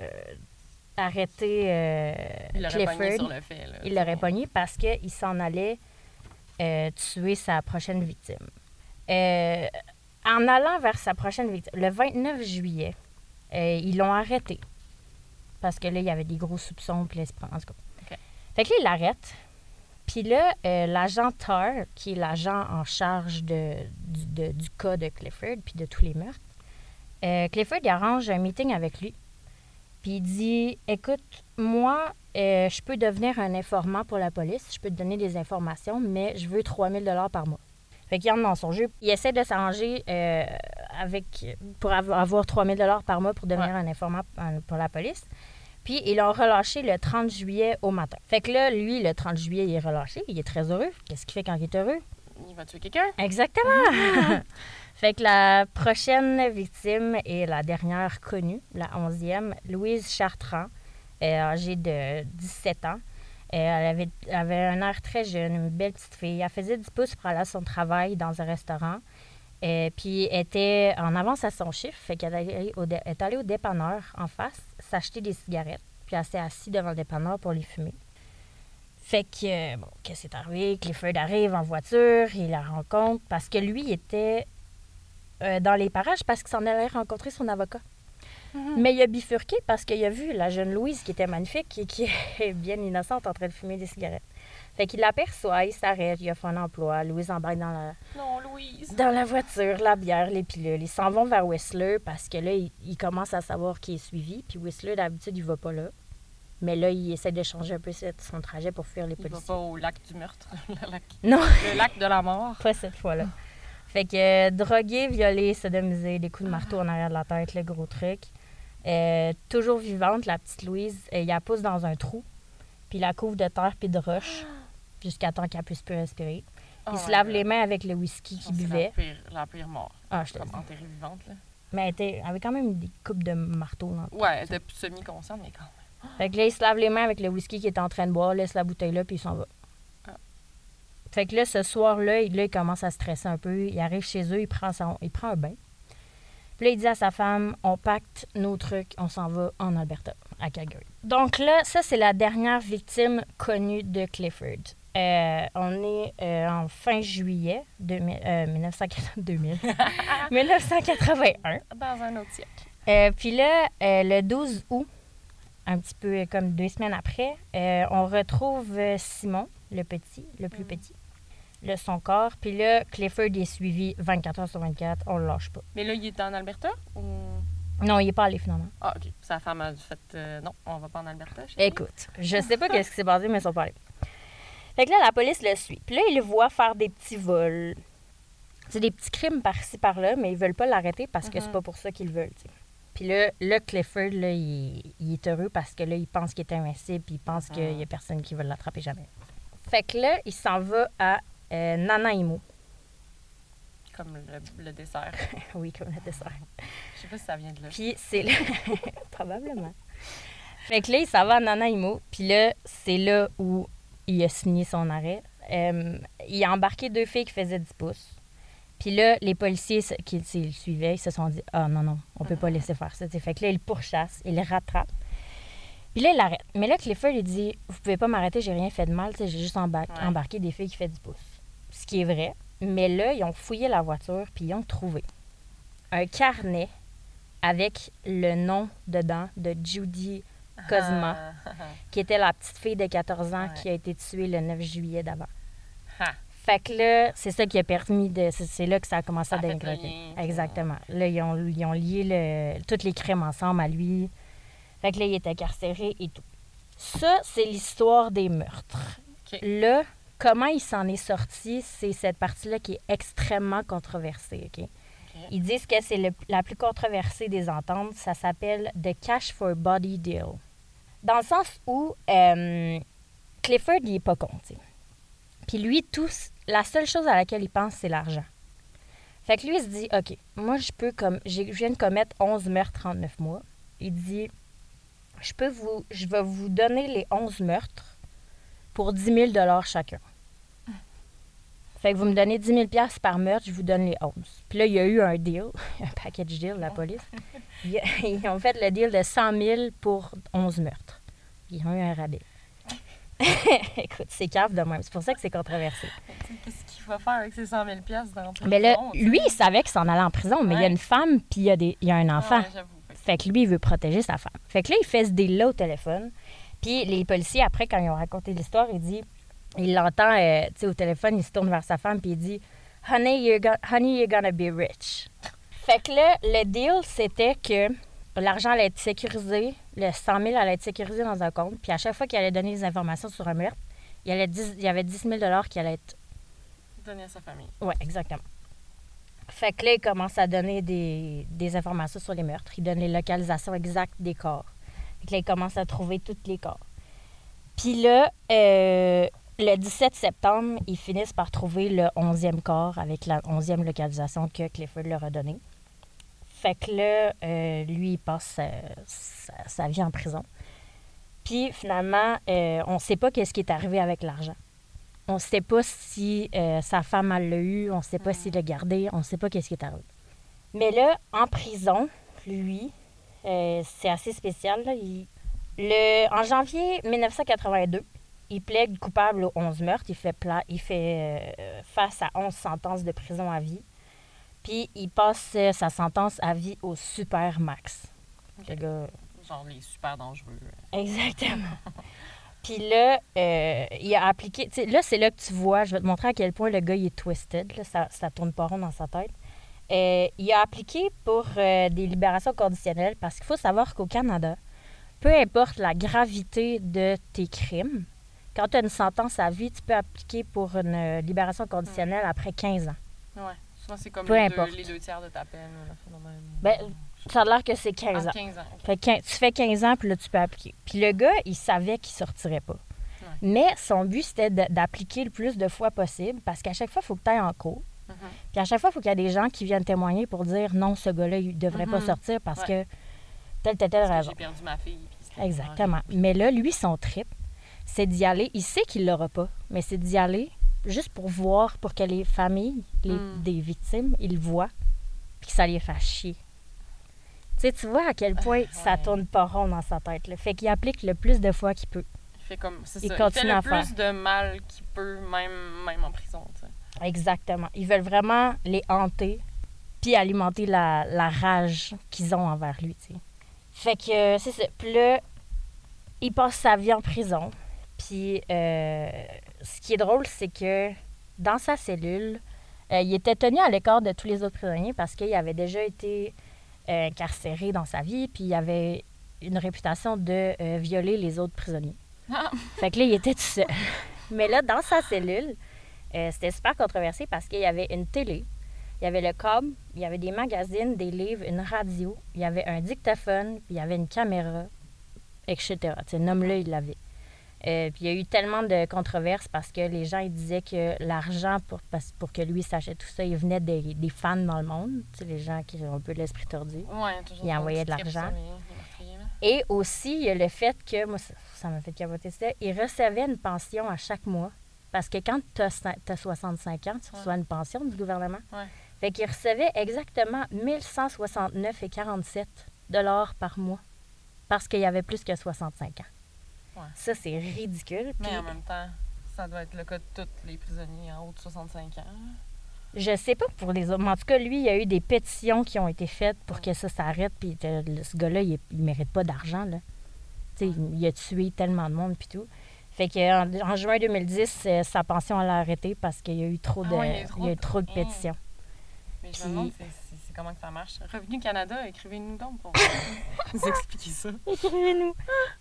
arrêter euh, Il l'aurait pogné Clifford. sur le fait, là. Il l'aurait pogné parce qu'il s'en allait euh, tuer sa prochaine victime. Euh, en allant vers sa prochaine victime, le vingt-neuf juillet, euh, ils l'ont arrêté. Parce que là, il y avait des gros soupçons. Puis là, il se prend- en tout cas. OK. Fait que là, il l'arrête. Puis là, euh, l'agent Tarr, qui est l'agent en charge de, du, de- du cas de Clifford puis de tous les meurtres, euh, Clifford il arrange un meeting avec lui. Puis il dit « Écoute, moi, euh, je peux devenir un informant pour la police. Je peux te donner des informations, mais je veux trois mille dollars par mois. » Fait qu'il entre dans son jeu. Il essaie de s'arranger euh, avec, pour av- avoir trois mille dollars par mois pour devenir Ouais. un informant euh, pour la police. Puis, ils l'ont relâché le trente juillet au matin. Fait que là, lui, le trente juillet, il est relâché. Il est très heureux. Qu'est-ce qu'il fait quand il est heureux? Il va tuer quelqu'un? Exactement! Fait que la prochaine victime est la dernière connue, la onzième, Louise Chartrand, euh, âgée de dix-sept ans. Euh, elle avait, elle avait un air très jeune, une belle petite fille. Elle faisait dix pouces pour aller à son travail dans un restaurant. Euh, puis elle était en avance à son chiffre, fait qu'elle est allée au, dé- est allée au dépanneur en face, s'acheter des cigarettes, puis elle s'est assise devant le dépanneur pour les fumer. Fait que, euh, bon, qu'est-ce qui est arrivé? Clifford arrive en voiture, il la rencontre, parce que lui, il était euh, dans les parages parce qu'il s'en allait rencontrer son avocat. Mhm. Mais il a bifurqué parce qu'il a vu la jeune Louise qui était magnifique et qui est bien innocente en train de fumer des cigarettes. Fait qu'il l'aperçoit, il s'arrête, il offre un emploi. Louise embarque dans la, Non, Louise. dans la voiture, la bière, les pilules. Ils s'en vont vers Whistler parce que là, il, il commence à savoir qu'il est suivi. Puis Whistler, d'habitude, il va pas là. Mais là, il essaie de changer un peu son trajet pour fuir les Il va policiers. pas au lac du meurtre. Le lac, Non, le lac de la mort. pas cette fois-là. Fait que euh, drogué, violé, sodomisé, des coups de marteau en arrière de la tête, le gros truc. Euh, toujours vivante, la petite Louise, euh, il la pousse dans un trou, puis il la couvre de terre puis de roche, jusqu'à temps qu'elle puisse plus respirer. Il Oh, se lave ouais. les mains avec le whisky qu'il buvait. C'est la pire, la pire mort. Ah, je te Comme dis. enterrée vivante, là. Mais elle, était, elle avait quand même des coupes de marteau. Dans le Ouais, elle était semi-consciente, mais quand même. Fait que là, il se lave les mains avec le whisky qu'il est en train de boire, laisse la bouteille là, puis il s'en va. Ah. Fait que là, ce soir-là, il, là, il commence à stresser un peu. Il arrive chez eux, il prend, son, il prend un bain. Puis là, il dit à sa femme, on pacte nos trucs, on s'en va en Alberta, à Calgary. Donc là, ça, c'est la dernière victime connue de Clifford. Euh, on est euh, en fin juillet deux mille, euh, mille neuf cent quatre-vingt-un. Dans un autre siècle. Euh, puis là, euh, le douze août, un petit peu comme deux semaines après, euh, on retrouve euh, Simon, le petit, le plus Mm. petit, le, son corps. Puis là, Clifford est suivi vingt-quatre heures sur vingt-quatre, on le lâche pas. Mais là, il est en Alberta ou... Non, il est pas allé finalement. Ah, OK. Sa femme a fait euh, non, on va pas en Alberta. chérie. Écoute, je sais pas qu'est-ce qui s'est passé, mais ils sont pas allés. Fait que là, la police le suit. Puis là, ils le voient faire des petits vols. C'est des petits crimes par-ci, par-là, mais ils veulent pas l'arrêter parce que Mhm. c'est pas pour ça qu'ils le veulent, tu sais. Puis là, là, Clifford, là, il, il est heureux parce que là, il pense qu'il est invincible puis il pense Mhm. qu'il y a personne qui va l'attraper jamais. Fait que là, il s'en va à euh, Nanaimo. Comme le, le dessert. Oui, comme le dessert. Je sais pas si ça vient de là. Puis c'est là... Probablement. Fait que là, il s'en va à Nanaimo. Puis là, c'est là où il a signé son arrêt. Euh, il a embarqué deux filles qui faisaient dix pouces. Puis là, les policiers se- qui qui le suivaient, ils se sont dit « Ah non, non, on peut pas laisser faire ça. » Fait que là, il le pourchasse, il le rattrape. Puis là, il l'arrête. Mais là, Clifford, il dit « Vous pouvez pas m'arrêter, j'ai rien fait de mal. J'ai juste embar- Ouais. embarqué des filles qui font dix pouces. » Ce qui est vrai. Mais là, ils ont fouillé la voiture puis ils ont trouvé un carnet avec le nom dedans de Judy Cosma, Ah. qui était la petite fille de quatorze ans Ouais. qui a été tuée le neuf juillet d'avant. Ah. Fait que là, c'est ça qui a permis de... C'est, c'est là que ça a commencé Ça à a fait dégrotter. le lien. Exactement. Là, ils ont, ils ont lié le, tous les crimes ensemble à lui. Fait que là, il est incarcéré et tout. Ça, c'est l'histoire des meurtres. OK. Là, comment il s'en est sorti, c'est cette partie-là qui est extrêmement controversée, OK? OK. Ils disent que c'est le- la plus controversée des ententes. Ça s'appelle « The Cash for Body Deal ». Dans le sens où euh, Clifford, il est pas con, tu sais. Puis lui, tout, la seule chose à laquelle il pense, c'est l'argent. Fait que lui, il se dit, OK, moi, je peux comme... j'ai- Je viens de commettre onze meurtres en neuf mois. Il dit, je peux vous... Je vais vous donner les onze meurtres pour dix mille dollars chacun. Fait que vous me donnez dix mille dollars par meurtre, je vous donne les onze. Puis là, il y a eu un deal, un package deal, la police. Ils ils ont fait le deal de cent mille pour onze meurtres. Ils ont eu un rabais. Écoute, c'est cave de même. C'est pour ça que c'est controversé. Qu'est-ce qu'il va faire avec ces cent mille piastres dans le Mais là, prison, lui, il savait qu'il s'en allait en prison, mais il y a Ouais. une femme, puis il y a, des, il y a un enfant. Ah, j'avoue. Fait que lui, il veut protéger sa femme. Fait que là, il fait ce deal-là au téléphone. Puis les policiers, après, quand ils ont raconté l'histoire, il dit... Il l'entend, euh, tu sais, au téléphone, il se tourne vers sa femme, puis il dit « Honey, you're, go- honey, you're gonna be rich. » Fait que là, le deal, c'était que l'argent allait être sécurisé, le cent mille allait être sécurisé dans un compte, puis à chaque fois qu'il allait donner des informations sur un meurtre, il, allait dix il y avait dix mille dollars qui allaient être... Donner à sa famille. Oui, exactement. Fait que là, il commence à donner des, des informations sur les meurtres. Il donne les localisations exactes des corps. Fait que là, il commence à trouver tous les corps. Puis là, euh, le dix-sept septembre, ils finissent par trouver le onzième corps avec la onzième localisation que Clifford leur a donnée. Fait que là, euh, lui, il passe sa, sa, sa vie en prison. Puis finalement, euh, on ne sait pas qu'est-ce qui est arrivé avec l'argent. On ne sait pas si euh, sa femme elle l'a eu, on ne sait pas Mm. s'il l'a gardé, on ne sait pas qu'est-ce qui est arrivé. Mais là, en prison, lui, euh, c'est assez spécial. Là, il- le, en janvier mille neuf cent quatre-vingt-deux, il plaide coupable aux onze meurtres. Il fait, pla- il fait euh, face à onze sentences de prison à vie. Puis il passe euh, sa sentence à vie au super max. OK. Le gars, Genre les super dangereux. exactement. Puis là, euh, il a appliqué... Tu sais, là, c'est là que tu vois, je vais te montrer à quel point le gars, il est twisted. Là, ça, ça tourne pas rond dans sa tête. Euh, il a appliqué pour euh, des libérations conditionnelles parce qu'il faut savoir qu'au Canada, peu importe la gravité de tes crimes, quand tu as une sentence à vie, tu peux appliquer pour une euh, libération conditionnelle après quinze ans. Ouais. Souvent, c'est comme Peu les importe. deux, les deux tiers de ta peine. Là, phénomène. Ben, ça a l'air que c'est quinze Ah, ans. quinze ans. ok. Fait que quin- tu fais quinze ans, puis là, tu peux appliquer. Puis le gars, il savait qu'il sortirait pas. Ouais. Mais son but, c'était de- d'appliquer le plus de fois possible parce qu'à chaque fois, il faut que tu ailles en cours. Mhm. Puis à chaque fois, il faut qu'il y ait des gens qui viennent témoigner pour dire non, ce gars-là, il devrait pas Mhm. sortir parce Ouais. que telle, telle, telle Parce que raison. j'ai perdu ma fille. puis c'est Exactement. arrivé. Mais là, lui, son trip, c'est d'y aller. Il sait qu'il l'aura pas, mais c'est d'y aller juste pour voir, pour que les familles les, Mm. des victimes, ils le voient, puis que ça les fasse chier. Tu sais, tu vois à quel point ça ouais. tourne pas rond dans sa tête. Là. Fait qu'il applique le plus de fois qu'il peut. Il fait comme. C'est Il ça. Il continue fait le à faire. plus de mal qu'il peut, même, même en prison. tu sais. Exactement. Ils veulent vraiment les hanter, puis alimenter la, la rage qu'ils ont envers lui, tu sais. Fait que euh, c'est ça. Puis là, il passe sa vie en prison. Puis euh, ce qui est drôle, c'est que dans sa cellule, euh, il était tenu à l'écart de tous les autres prisonniers parce qu'il avait déjà été euh, incarcéré dans sa vie, puis il avait une réputation de euh, violer les autres prisonniers. Ah. Fait que là, il était tout seul. Mais là, dans sa cellule, euh, c'était super controversé parce qu'il y avait une télé, il y avait le câble, il y avait des magazines, des livres, une radio, il y avait un dictaphone, puis il y avait une caméra, et cetera. Tu sais, nomme-le, il l'avait. Euh, puis il y a eu tellement de controverses parce que les gens ils disaient que l'argent pour, parce- pour que lui s'achète tout ça, il venait des, des fans dans le monde, tu sais, les gens qui ont un peu l'esprit tordu. Ouais, toujours Il son envoyait petit de trip l'argent. sur les- les meurtriers, là. Et aussi, il y a le fait que, moi, ça, ça m'a fait capoter ça, il recevait une pension à chaque mois. Parce que quand tu as soixante-cinq ans, tu Ouais. reçois une pension du gouvernement. Ouais. Fait qu'il recevait exactement mille cent soixante-neuf virgule quarante-sept dollars par mois. Parce qu'il y avait plus que soixante-cinq ans. Ouais. Ça, c'est ridicule. Puis, Mais en même temps, ça doit être le cas de tous les prisonniers en haut de soixante-cinq ans. je sais pas pour les autres, mais en tout cas, lui, il y a eu des pétitions qui ont été faites pour que ça s'arrête. Puis euh, ce gars-là, il, il mérite pas d'argent, là. Tu sais, il, il a tué tellement de monde, puis tout. Fait qu'en en juin deux mille dix, euh, sa pension, elle a arrêté parce qu'il y a eu trop Ah de, ouais, il y a eu trop il y a eu de- trop de Hein. pétitions. Mais je Puis- me demande c'est, c'est, c'est comment que ça marche. Revenu Canada, écrivez-nous donc pour nous expliquer ça. Écrivez-nous.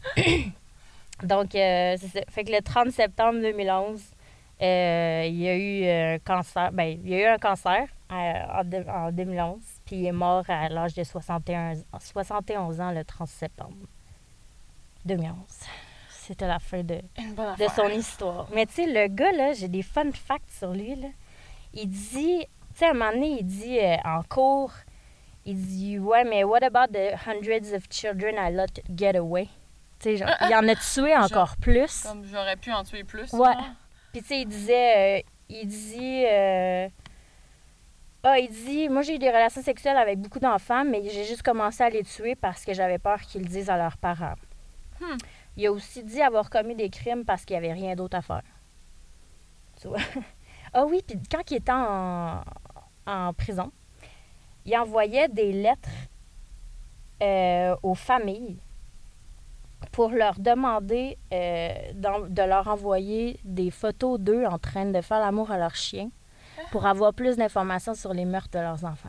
Donc, euh, c'est ça. Fait que le trente septembre deux mille onze, euh, il y a eu un cancer. Ben, il y a eu un cancer euh, en, deux- en deux mille onze, puis il est mort à l'âge de soixante et un, soixante et onze ans le trente septembre deux mille onze. C'était la fin de, Une bonne de affaire. son histoire. Mais tu sais, le gars, là, j'ai des fun facts sur lui, là. Il dit, tu sais, à un moment donné, il dit euh, en cours, il dit, ouais, mais what about the hundreds of children I let get away? Tu sais, genre, il en a tué encore plus. Comme j'aurais pu en tuer plus. Ouais. genre. Puis tu sais, il disait, euh, il dit, euh, ah, il dit, moi j'ai eu des relations sexuelles avec beaucoup d'enfants, mais j'ai juste commencé à les tuer parce que j'avais peur qu'ils le disent à leurs parents. Hmm. Il a aussi dit avoir commis des crimes parce qu'il n'y avait rien d'autre à faire. Tu vois? Ah oui, puis quand il était en, en prison, il envoyait des lettres euh, aux familles pour leur demander euh, d'en- de leur envoyer des photos d'eux en train de faire l'amour à leur chien pour avoir plus d'informations sur les meurtres de leurs enfants.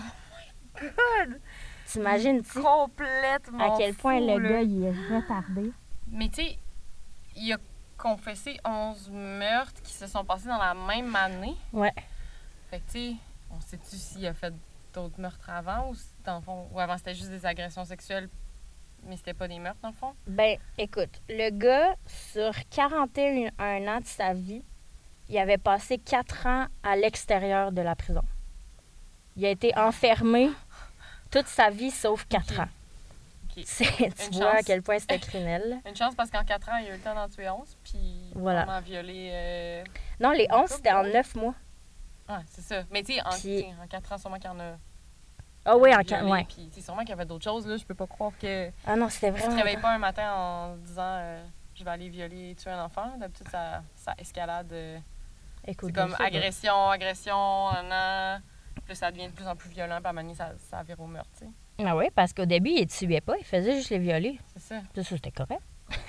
Good! T'imagines-tu Complètement à quel point fou, le là. gars il est retardé? Mais tu sais, il a confessé onze meurtres qui se sont passés dans la même année. Ouais. Fait que tu sais, on sait-tu s'il a fait d'autres meurtres avant ou si, dans le fond, ou avant c'était juste des agressions sexuelles, mais c'était pas des meurtres dans le fond? Ben, écoute, le gars, sur quarante et un ans de sa vie, il avait passé quatre ans à l'extérieur de la prison. Il a été enfermé toute sa vie sauf quatre Ok. ans. Ok. C'est- tu Une vois à chance. quel point c'était criminel. Une chance parce qu'en quatre ans, il a eu le temps d'en tuer onze, puis Voilà. vraiment violé. Euh... Non, les En onze, couple, c'était en ouais. neuf mois. Ouais, c'est ça. Mais tu sais, en, Puis- t'sais, en quatre ans, sûrement qu'il y en a. Ah oui, en violé, quatre ouais. Puis tu sais, sûrement qu'il y avait d'autres choses, là. Je peux pas croire que. Ah non, c'était Tu te vraiment... réveilles pas un matin en disant euh, je vais aller violer et tuer un enfant. D'habitude, ça, ça escalade. euh, Écoute, c'est comme je sais pas. agression, agression, un an. Puis ça devient de plus en plus violent, puis à un moment donné, ça, ça vire au meurtre, tu sais. Ah oui, parce qu'au début, il ne tuait pas, il faisait juste les violer. C'est ça. Ça, ça, c'était correct.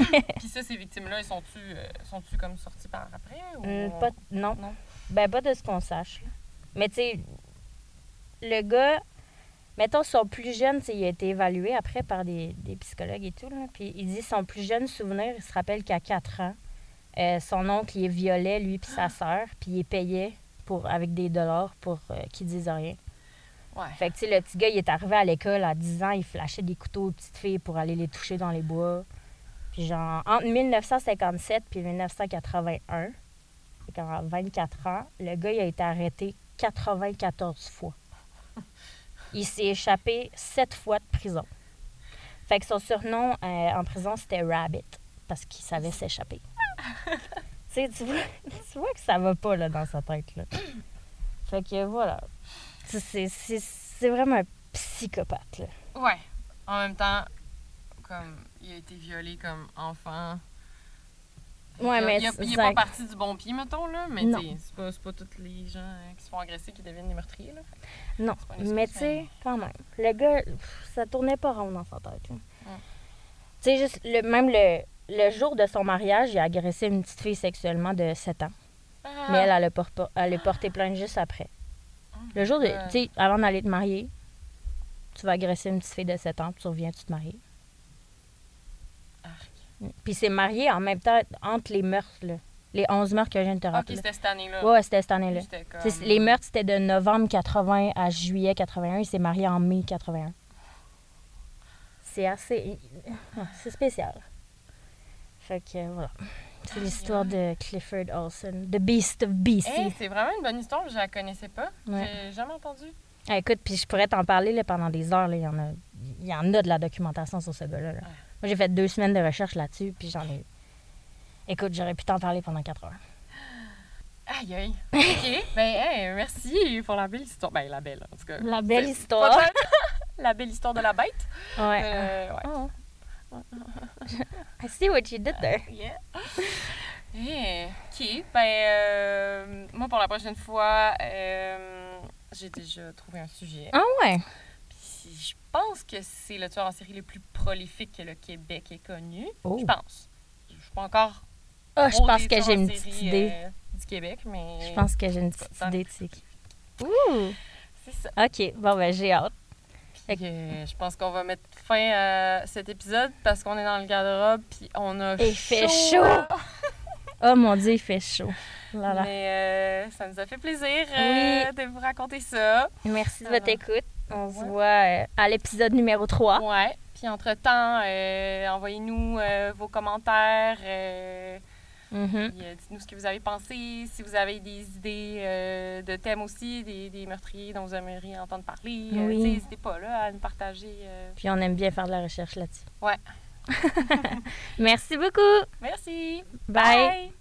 Puis ça, ces victimes-là, ils sont-tu, euh, sont-tu comme sortis par après? Ou... Hum, pas, non. Non. Ben, pas de ce qu'on sache. Là. Mais tu sais, le gars, mettons, son plus jeune, tu sais, il a été évalué après par des, des psychologues et tout. Là, puis il dit son plus jeune souvenir, il se rappelle qu'à quatre ans, euh, son oncle, il violait lui puis sa sœur, puis il payait pour, avec des dollars pour euh, qu'ils disent rien. Ouais. Fait que, tu sais, le petit gars, il est arrivé à l'école à dix ans, il flashait des couteaux aux petites filles pour aller les toucher dans les bois. Puis genre, entre dix-neuf cent cinquante-sept puis dix-neuf cent quatre-vingt-un, fait qu'en vingt-quatre ans, le gars, il a été arrêté quatre-vingt-quatorze fois. Il s'est échappé sept fois de prison. Fait que son surnom euh, en prison, c'était Rabbit, parce qu'il savait s'échapper. Tu sais, tu vois, tu vois que ça va pas là, dans sa tête. Là. Fait que voilà. C'est, c'est, c'est vraiment un psychopathe. Là. Ouais. En même temps, comme il a été violé comme enfant. Ouais, il mais il, a, il est ça... pas parti du bon pied, mettons, là. Mais Non. c'est pas, c'est pas tous les gens hein, qui se font agresser qui deviennent des meurtriers, là. Non, mais tu sais, quand même. Le gars, pff, ça tournait pas rond dans sa tête. Mm. Tu sais, juste, le, même le, le jour de son mariage, il a agressé une petite fille sexuellement de sept ans. Ah. Mais elle, elle a, por- elle a porté plainte juste après. Oh le jour de, tu sais, avant d'aller te marier, tu vas agresser une petite fille de sept ans, puis tu reviens, tu te maries. Mm. Puis c'est marié en même temps entre les meurtres, là. Les onze meurtres que je viens de te rappeler. OK, c'était cette année-là. Ouais, c'était cette année-là. Comme... Les meurtres, c'était de novembre quatre-vingts à juillet quatre-vingt-un. Il s'est marié en mai quatre-vingt-un. C'est assez... C'est spécial. Fait que, voilà. C'est l'histoire de Clifford Olson. The Beast of B C. Hey, c'est vraiment une bonne histoire. Je la connaissais pas. Ouais. J'ai jamais entendu. Ah, écoute, puis je pourrais t'en parler là, pendant des heures. Là. Il, y en a, il y en a de la documentation sur ce gars-là. Là. Ouais. Moi, j'ai fait deux semaines de recherche là-dessus, puis j'en ai... Écoute, j'aurais pu t'en parler pendant quatre heures. Aïe, aïe. OK. Ben, hey, merci pour la belle histoire. Ben, la belle, en tout cas. La belle histoire. La belle histoire de la bête. Ouais. Euh, ouais. Oh. I see what you did there. Uh, yeah. Hey, OK. Ben, euh, moi, pour la prochaine fois, euh, j'ai déjà trouvé un sujet. Ah ouais? Puis, je pense que c'est le tueur en série le plus prolifique que le Québec ait connu. Oh. Je pense. Je suis pas encore... Ah, oh, je pense que j'ai une petite série, idée. Euh, du Québec, mais... Je pense que j'ai une petite idée de c'est qui. Ouh! C'est ça. OK. Bon, ben, j'ai hâte. Puis, euh, je pense qu'on va mettre fin à cet épisode parce qu'on est dans le garde-robe puis on a il chaud. fait chaud! Oh mon Dieu, il fait chaud. Là, là. Mais euh, ça nous a fait plaisir euh, oui. de vous raconter ça. Merci de votre écoute. On ouais. se voit euh, à l'épisode numéro trois. Ouais. Puis entre-temps, euh, envoyez-nous euh, vos commentaires. Euh, mm-hmm. puis, euh, dites-nous ce que vous avez pensé. Si vous avez des idées euh, de thèmes aussi, des, des meurtriers dont vous aimeriez entendre parler, oui. euh, n'hésitez pas là, à nous partager. Euh... Puis on aime bien faire de la recherche là-dessus. Ouais. Merci beaucoup. Merci. Bye. Bye.